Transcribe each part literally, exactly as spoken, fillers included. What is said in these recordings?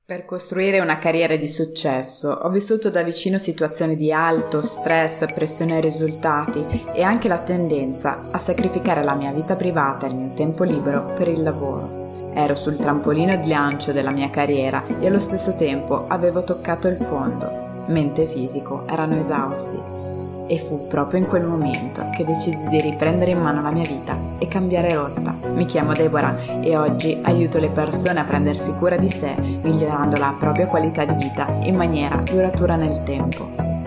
Per costruire una carriera di successo ho vissuto da vicino situazioni di alto stress, pressione ai risultati e anche la tendenza a sacrificare la mia vita privata e il mio tempo libero per il lavoro. Ero sul trampolino di lancio della mia carriera e allo stesso tempo avevo toccato il fondo. Mente e fisico erano esausti. E fu proprio in quel momento che decisi di riprendere in mano la mia vita e cambiare rotta. Mi chiamo Deborah e oggi aiuto le persone a prendersi cura di sé, migliorando la propria qualità di vita in maniera duratura nel tempo.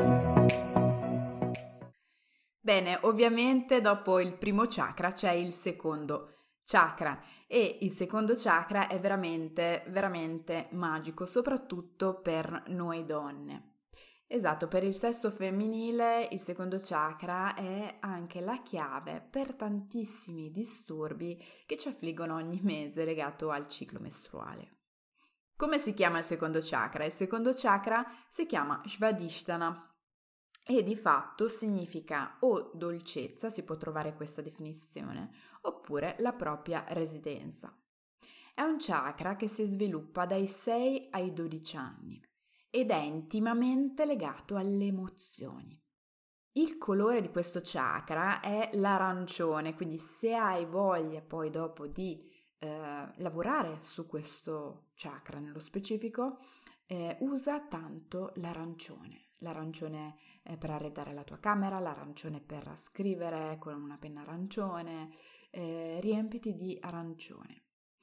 Bene, ovviamente dopo il primo chakra c'è il secondo chakra e il secondo chakra è veramente, veramente magico, soprattutto per noi donne. Esatto, per il sesso femminile il secondo chakra è anche la chiave per tantissimi disturbi che ci affliggono ogni mese legato al ciclo mestruale. Come si chiama il secondo chakra? Il secondo chakra si chiama Svadhisthana e di fatto significa o dolcezza, si può trovare questa definizione, oppure la propria residenza. È un chakra che si sviluppa dai sei ai dodici anni ed è intimamente legato alle emozioni. Il colore di questo chakra è l'arancione, quindi se hai voglia poi dopo di eh, lavorare su questo chakra nello specifico, eh, usa tanto l'arancione. L'arancione è per arredare la tua camera, l'arancione per scrivere con una penna arancione, eh, riempiti di arancione.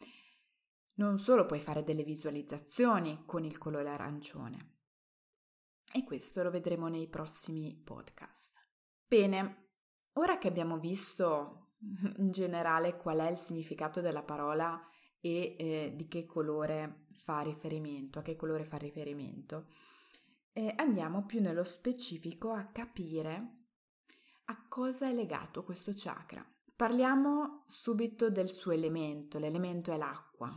Non solo puoi fare delle visualizzazioni con il colore arancione, e questo lo vedremo nei prossimi podcast. Bene, ora che abbiamo visto in generale qual è il significato della parola e eh, di che colore fa riferimento, a che colore fa riferimento, eh, andiamo più nello specifico a capire a cosa è legato questo chakra. Parliamo subito del suo elemento, l'elemento è l'acqua.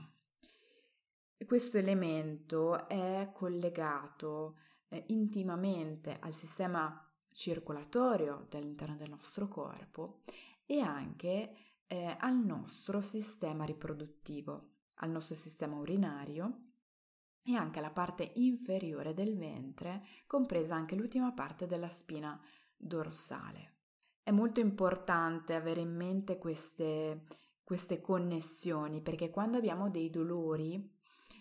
Questo elemento è collegato eh, intimamente al sistema circolatorio all'interno del nostro corpo e anche eh, al nostro sistema riproduttivo, al nostro sistema urinario e anche alla parte inferiore del ventre, compresa anche l'ultima parte della spina dorsale. È molto importante avere in mente queste, queste connessioni, perché quando abbiamo dei dolori,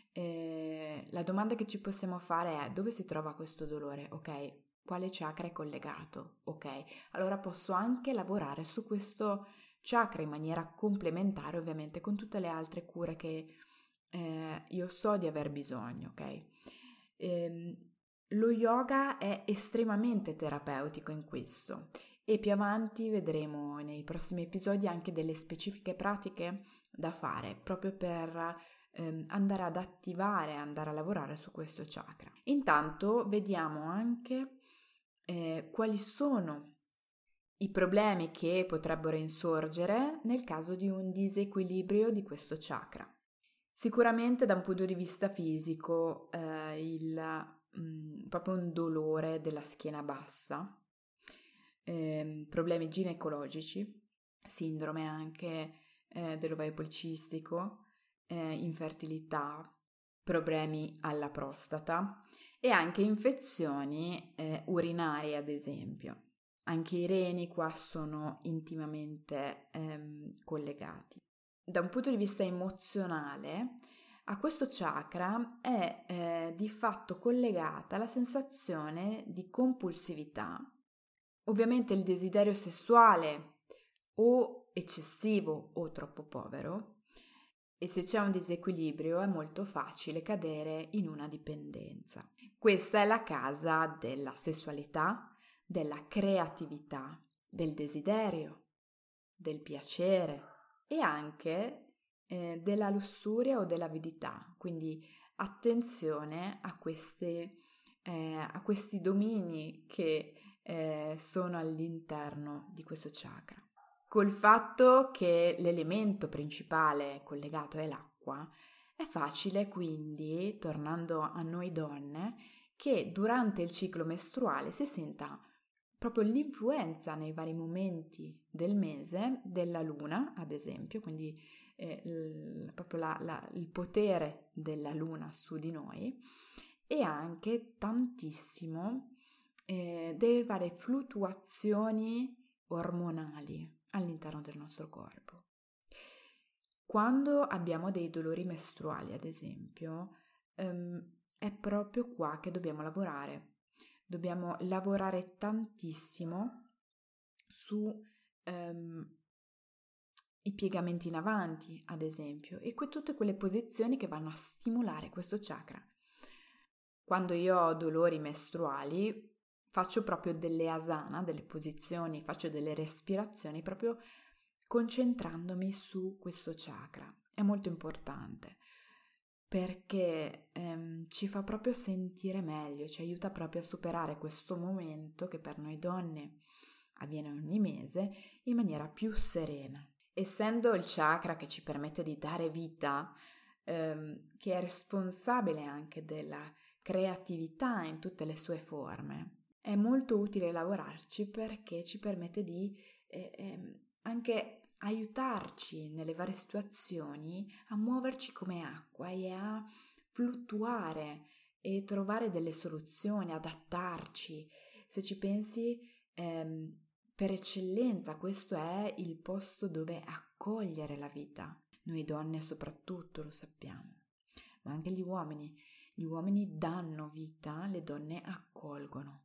Eh, la domanda che ci possiamo fare è: dove si trova questo dolore? Ok, quale chakra è collegato? Ok, allora posso anche lavorare su questo chakra in maniera complementare, ovviamente con tutte le altre cure che eh, io so di aver bisogno, ok? Ehm, lo yoga è estremamente terapeutico in questo e più avanti vedremo nei prossimi episodi anche delle specifiche pratiche da fare proprio per andare ad attivare, andare a lavorare su questo chakra. Intanto vediamo anche eh, quali sono i problemi che potrebbero insorgere nel caso di un disequilibrio di questo chakra. Sicuramente da un punto di vista fisico eh, il, mh, proprio un dolore della schiena bassa, eh, problemi ginecologici, sindrome anche eh, dell'ovaio policistico, Eh, infertilità, problemi alla prostata e anche infezioni eh, urinarie, ad esempio. Anche i reni qua sono intimamente ehm, collegati. Da un punto di vista emozionale, a questo chakra è eh, di fatto collegata la sensazione di compulsività, ovviamente il desiderio sessuale o eccessivo o troppo povero. E se c'è un disequilibrio è molto facile cadere in una dipendenza. Questa è la casa della sessualità, della creatività, del desiderio, del piacere e anche eh, della lussuria o dell'avidità. Quindi attenzione a, queste, eh, a questi domini che eh, sono all'interno di questo chakra. Col fatto che l'elemento principale collegato è l'acqua, è facile quindi, tornando a noi donne, che durante il ciclo mestruale si senta proprio l'influenza nei vari momenti del mese della luna, ad esempio, quindi eh, il, proprio la, la, il potere della luna su di noi, e anche tantissimo eh, delle varie fluttuazioni ormonali all'interno del nostro corpo. Quando abbiamo dei dolori mestruali, ad esempio, ehm, è proprio qua che dobbiamo lavorare. Dobbiamo lavorare tantissimo su ehm, i piegamenti in avanti, ad esempio, e que- tutte quelle posizioni che vanno a stimolare questo chakra. Quando io ho dolori mestruali, faccio proprio delle asana, delle posizioni, faccio delle respirazioni proprio concentrandomi su questo chakra. È molto importante perché ehm, ci fa proprio sentire meglio, ci aiuta proprio a superare questo momento che per noi donne avviene ogni mese in maniera più serena. Essendo il chakra che ci permette di dare vita, ehm, che è responsabile anche della creatività in tutte le sue forme, è molto utile lavorarci perché ci permette di eh, eh, anche aiutarci nelle varie situazioni a muoverci come acqua e a fluttuare e trovare delle soluzioni, adattarci. Se ci pensi, ehm, per eccellenza questo è il posto dove accogliere la vita. Noi donne soprattutto lo sappiamo, ma anche gli uomini. Gli uomini danno vita, le donne accolgono.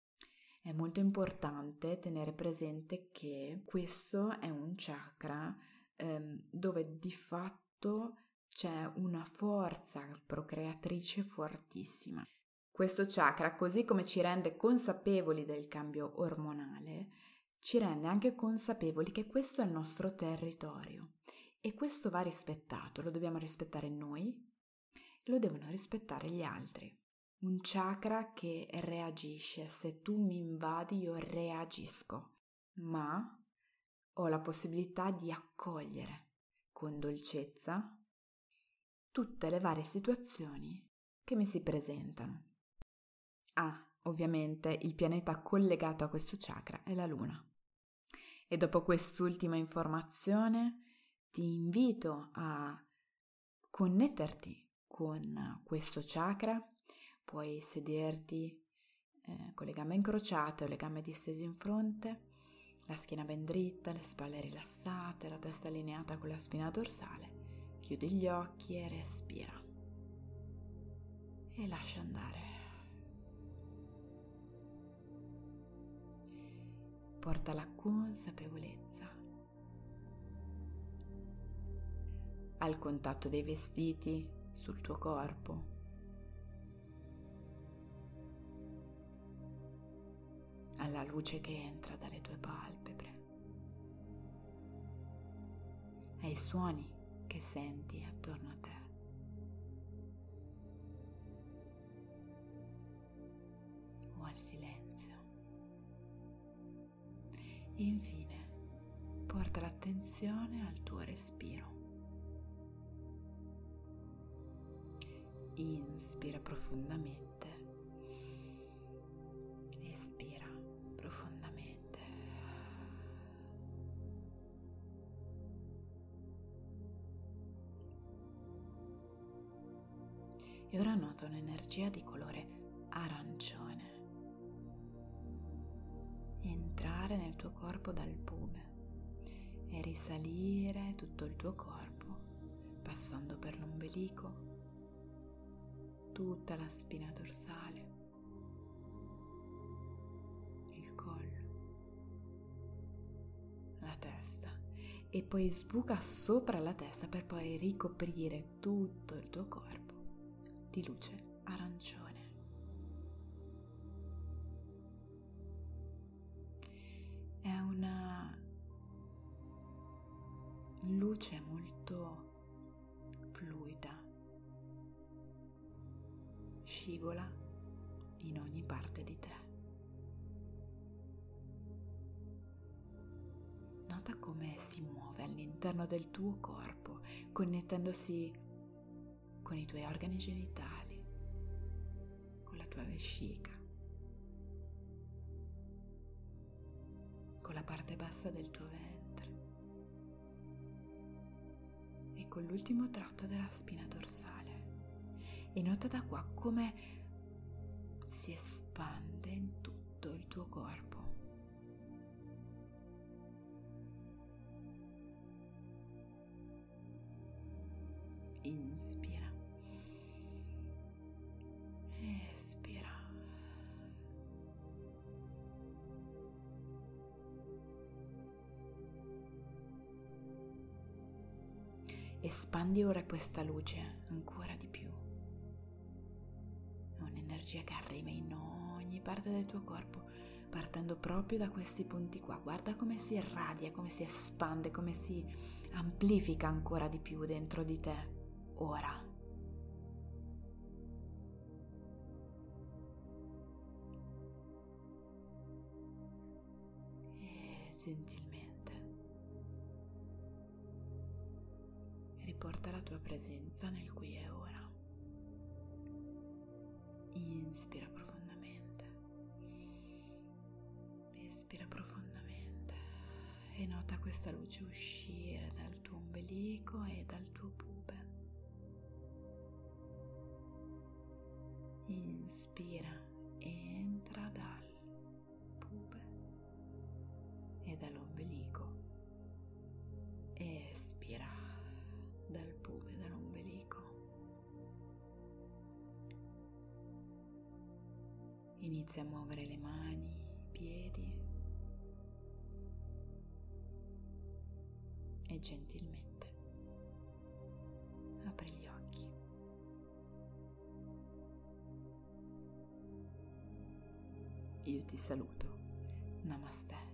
È molto importante tenere presente che questo è un chakra ehm, dove di fatto c'è una forza procreatrice fortissima. Questo chakra, così come ci rende consapevoli del cambio ormonale, ci rende anche consapevoli che questo è il nostro territorio e questo va rispettato, lo dobbiamo rispettare noi, lo devono rispettare gli altri. Un chakra che reagisce, se tu mi invadi io reagisco, ma ho la possibilità di accogliere con dolcezza tutte le varie situazioni che mi si presentano. Ah, ovviamente il pianeta collegato a questo chakra è la Luna. E dopo quest'ultima informazione ti invito a connetterti con questo chakra. Puoi sederti eh, con le gambe incrociate o le gambe distese in fronte, la schiena ben dritta, le spalle rilassate, la testa allineata con la spina dorsale. Chiudi gli occhi e respira. E lascia andare. Porta la consapevolezza al contatto dei vestiti sul tuo corpo, alla luce che entra dalle tue palpebre, ai suoni che senti attorno a te. O al silenzio. E infine porta l'attenzione al tuo respiro. Inspira profondamente, espira profondamente. E ora nota un'energia di colore arancione entrare nel tuo corpo dal pume e risalire tutto il tuo corpo, passando per l'ombelico, tutta la spina dorsale, il collo, la testa, e poi sbuca sopra la testa per poi ricoprire tutto il tuo corpo di luce arancione. È una luce molto fluida, scivola in ogni parte di te. Nota come si muove all'interno del tuo corpo, connettendosi con i tuoi organi genitali, con la tua vescica, con la parte bassa del tuo ventre. con l'ultimo tratto della spina dorsale e nota da qua come si espande in tutto il tuo corpo. Inspira. Espira. Espandi ora questa luce ancora di più. È un'energia che arriva in ogni parte del tuo corpo, partendo proprio da questi punti qua. Guarda come si irradia, come si espande, come si amplifica ancora di più dentro di te. Ora. E gentilmente riporta la tua presenza nel qui e ora. Inspira profondamente. Espira profondamente e nota questa luce uscire dal tuo ombelico e dal tuo pube. Inspira, entra dal pube e dall'ombelico. Espira dal pube e dall'ombelico. Inizia a muovere le mani, i piedi e gentilmente apri gli occhi. Io ti saluto. Namaste.